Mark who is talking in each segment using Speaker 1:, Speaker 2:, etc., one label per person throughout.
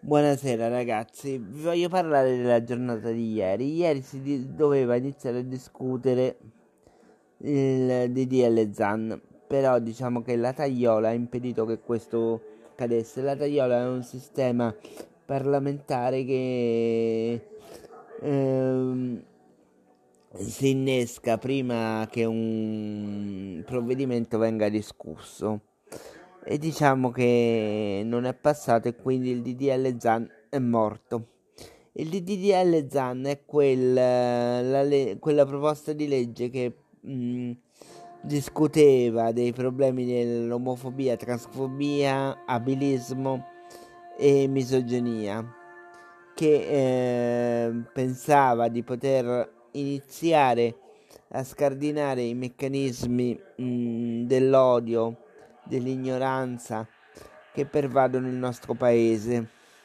Speaker 1: Buonasera ragazzi, vi voglio parlare della giornata di ieri. Ieri doveva iniziare a discutere il DDL ZAN, però diciamo che la tagliola ha impedito che questo cadesse. La tagliola è un sistema parlamentare che ehm, si innesca prima che un provvedimento venga discusso. E diciamo che non è passato e quindi il DDL ZAN è morto. Il DDL ZAN è quella proposta di legge che discuteva dei problemi dell'omofobia, transfobia, abilismo e misoginia, che pensava di poter iniziare a scardinare i meccanismi dell'odio, dell'ignoranza che pervadono il nostro paese.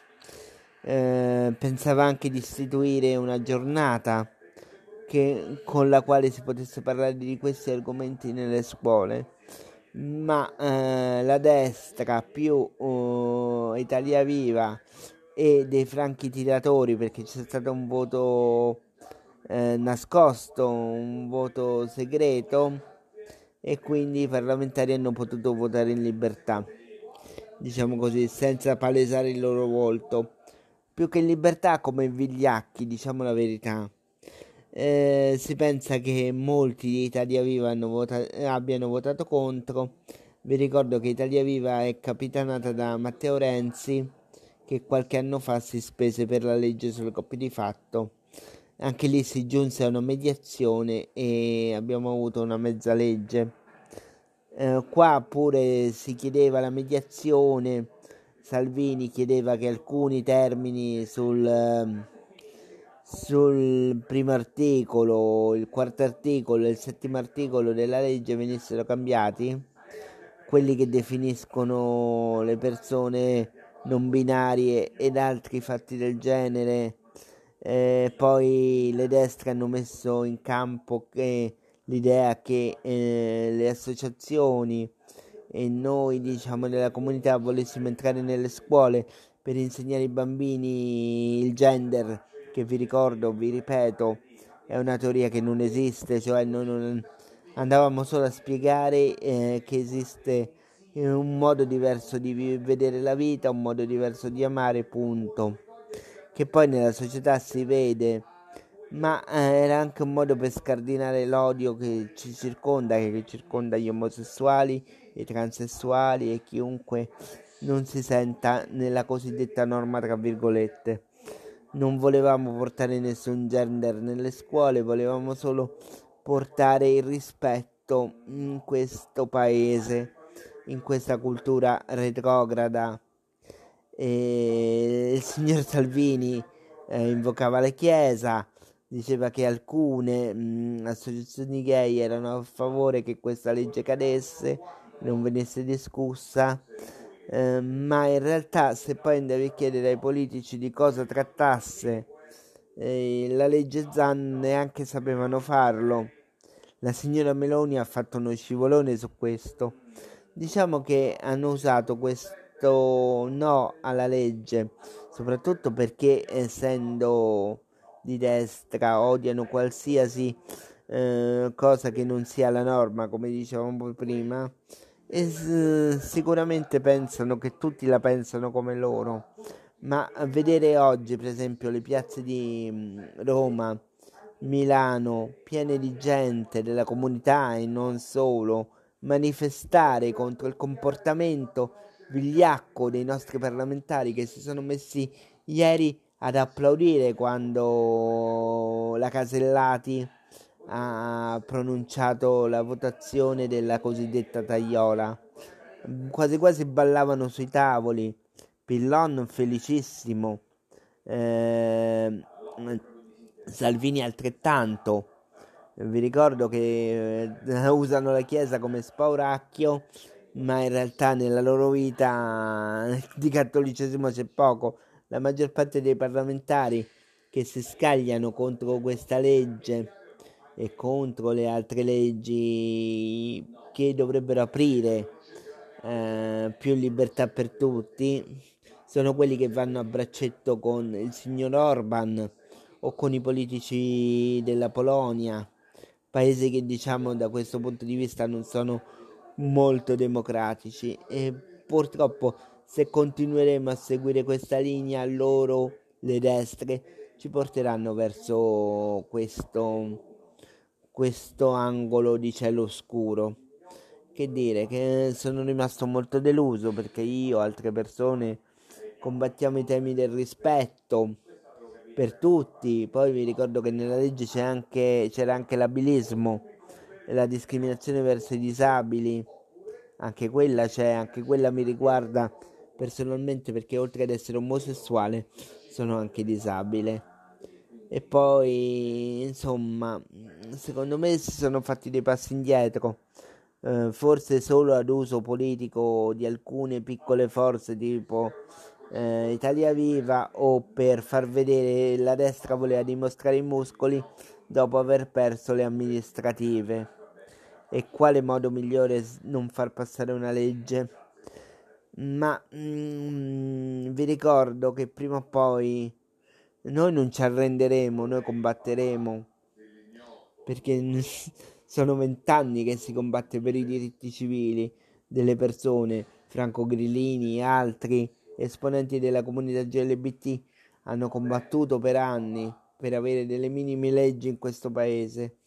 Speaker 1: Pensava anche di istituire una giornata con la quale si potesse parlare di questi argomenti nelle scuole, ma la destra più Italia Viva e dei franchi tiratori, perché c'è stato un voto nascosto, un voto segreto, e quindi i parlamentari hanno potuto votare in libertà, diciamo così, senza palesare il loro volto. Più che in libertà, come vigliacchi, diciamo la verità. Si pensa che molti di Italia Viva abbiano votato contro. Vi ricordo che Italia Viva è capitanata da Matteo Renzi, che qualche anno fa si spese per la legge sulle coppie di fatto. Anche lì si giunse a una mediazione e abbiamo avuto una mezza legge. Qua pure si chiedeva la mediazione. Salvini chiedeva che alcuni termini sul primo articolo, il quarto articolo e il settimo articolo della legge venissero cambiati, quelli che definiscono le persone non binarie ed altri fatti del genere. Poi le destre hanno messo in campo l'idea che le associazioni e noi, diciamo, della comunità volessimo entrare nelle scuole per insegnare ai bambini il gender, che vi ricordo, vi ripeto, è una teoria che non esiste, cioè non andavamo solo a spiegare che esiste un modo diverso di vedere la vita, un modo diverso di amare, punto. Che poi nella società si vede, ma era anche un modo per scardinare l'odio che ci circonda, che circonda gli omosessuali, i transessuali e chiunque non si senta nella cosiddetta norma tra virgolette. Non volevamo portare nessun gender nelle scuole, volevamo solo portare il rispetto in questo paese, in questa cultura retrograda. E il signor Salvini invocava la Chiesa, diceva che alcune associazioni gay erano a favore che questa legge cadesse, non venisse discussa, ma in realtà se poi andavi a chiedere ai politici di cosa trattasse la legge Zan, neanche sapevano farlo. La signora Meloni ha fatto uno scivolone su questo. Diciamo che hanno usato questo no alla legge, soprattutto perché essendo di destra odiano qualsiasi cosa che non sia la norma, come dicevamo prima, e sicuramente pensano che tutti la pensano come loro. Ma a vedere oggi, per esempio, le piazze di Roma, Milano, piene di gente della comunità e non solo, manifestare contro il comportamento vigliacco dei nostri parlamentari che si sono messi ieri ad applaudire quando la Casellati ha pronunciato la votazione della cosiddetta tagliola. Quasi quasi ballavano sui tavoli. Pillon felicissimo. Eh, Salvini altrettanto. Vi ricordo che usano la Chiesa come spauracchio, ma in realtà nella loro vita di cattolicesimo c'è poco. La maggior parte dei parlamentari che si scagliano contro questa legge e contro le altre leggi che dovrebbero aprire più libertà per tutti sono quelli che vanno a braccetto con il signor Orban o con i politici della Polonia, paesi che diciamo da questo punto di vista non sono molto democratici, e purtroppo se continueremo a seguire questa linea, loro, le destre, ci porteranno verso questo angolo di cielo scuro. Che dire, che sono rimasto molto deluso perché io e altre persone combattiamo i temi del rispetto per tutti. Poi vi ricordo che nella legge c'era anche l'abilismo e la discriminazione verso i disabili. Anche quella c'è, anche quella mi riguarda personalmente perché oltre ad essere omosessuale sono anche disabile. E poi, insomma, secondo me si sono fatti dei passi indietro, forse solo ad uso politico di alcune piccole forze tipo Italia Viva, o per far vedere la destra voleva dimostrare i muscoli dopo aver perso le amministrative. E quale modo migliore non far passare una legge? Ma vi ricordo che prima o poi noi non ci arrenderemo, noi combatteremo, perché sono 20 anni che si combatte per i diritti civili delle persone. Franco Grillini e altri esponenti della comunità LGBT hanno combattuto per anni per avere delle minime leggi in questo paese.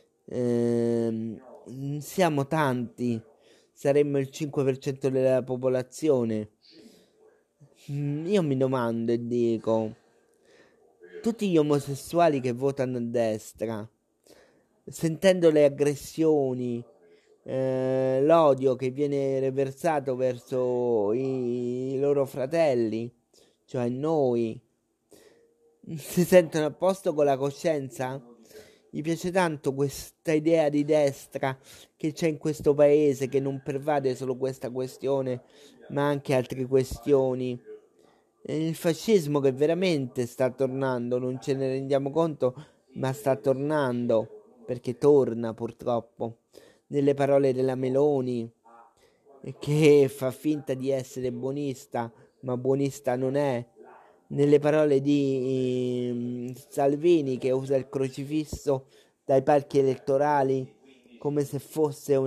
Speaker 1: Siamo tanti, saremmo il 5% della popolazione. Io mi domando e dico, tutti gli omosessuali che votano a destra, sentendo le aggressioni, l'odio che viene riversato verso i loro fratelli, cioè noi, si sentono a posto con la coscienza? Gli piace tanto questa idea di destra che c'è in questo paese, che non pervade solo questa questione, ma anche altre questioni. Il fascismo che veramente sta tornando, non ce ne rendiamo conto, ma sta tornando, perché torna purtroppo. Nelle parole della Meloni, che fa finta di essere buonista, ma buonista non è. Nelle parole di Salvini, che usa il crocifisso dai palchi elettorali come se fosse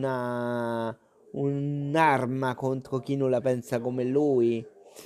Speaker 1: un'arma contro chi non la pensa come lui,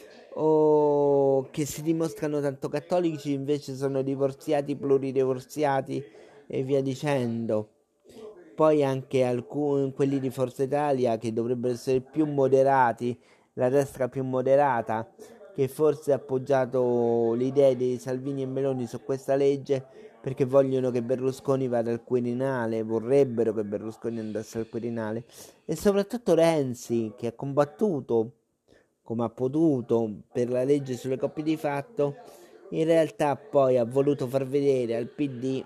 Speaker 1: o che si dimostrano tanto cattolici invece sono divorziati, pluridivorziati e via dicendo. Poi anche alcuni, quelli di Forza Italia, che dovrebbero essere più moderati, la destra più moderata, che forse ha appoggiato le idee di Salvini e Meloni su questa legge perché vogliono che Berlusconi vada al Quirinale, vorrebbero che Berlusconi andasse al Quirinale, e soprattutto Renzi, che ha combattuto come ha potuto per la legge sulle coppie di fatto, in realtà poi ha voluto far vedere al PD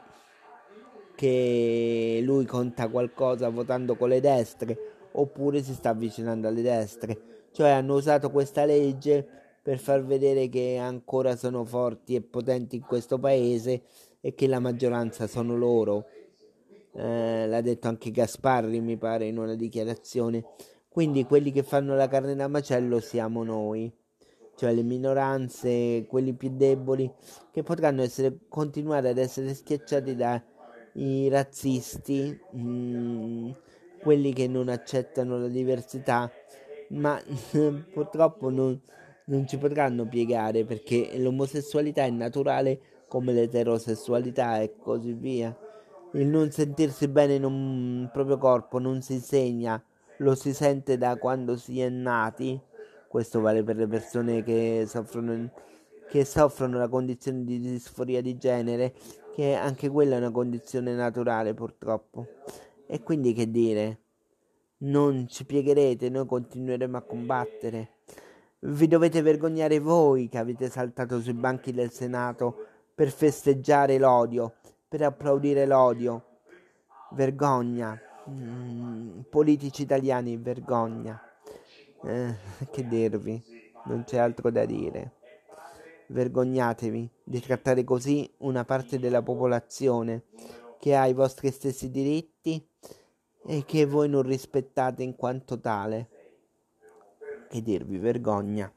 Speaker 1: che lui conta qualcosa votando con le destre, oppure si sta avvicinando alle destre. Cioè hanno usato questa legge per far vedere che ancora sono forti e potenti in questo paese e che la maggioranza sono loro. L'ha detto anche Gasparri, mi pare, in una dichiarazione. Quindi quelli che fanno la carne da macello siamo noi, cioè le minoranze, quelli più deboli, che potranno continuare ad essere schiacciati dai razzisti, quelli che non accettano la diversità, ma purtroppo non ci potranno piegare, perché l'omosessualità è naturale come l'eterosessualità e così via. Il non sentirsi bene in un proprio corpo non si insegna, lo si sente da quando si è nati. Questo vale per le persone che soffrono la condizione di disforia di genere, che anche quella è una condizione naturale purtroppo. E quindi che dire? Non ci piegherete, noi continueremo a combattere. Vi dovete vergognare voi che avete saltato sui banchi del Senato per festeggiare l'odio, per applaudire l'odio. Vergogna. Politici italiani, vergogna. Che dirvi? Non c'è altro da dire. Vergognatevi di trattare così una parte della popolazione che ha i vostri stessi diritti e che voi non rispettate in quanto tale. Che dirvi? Vergogna.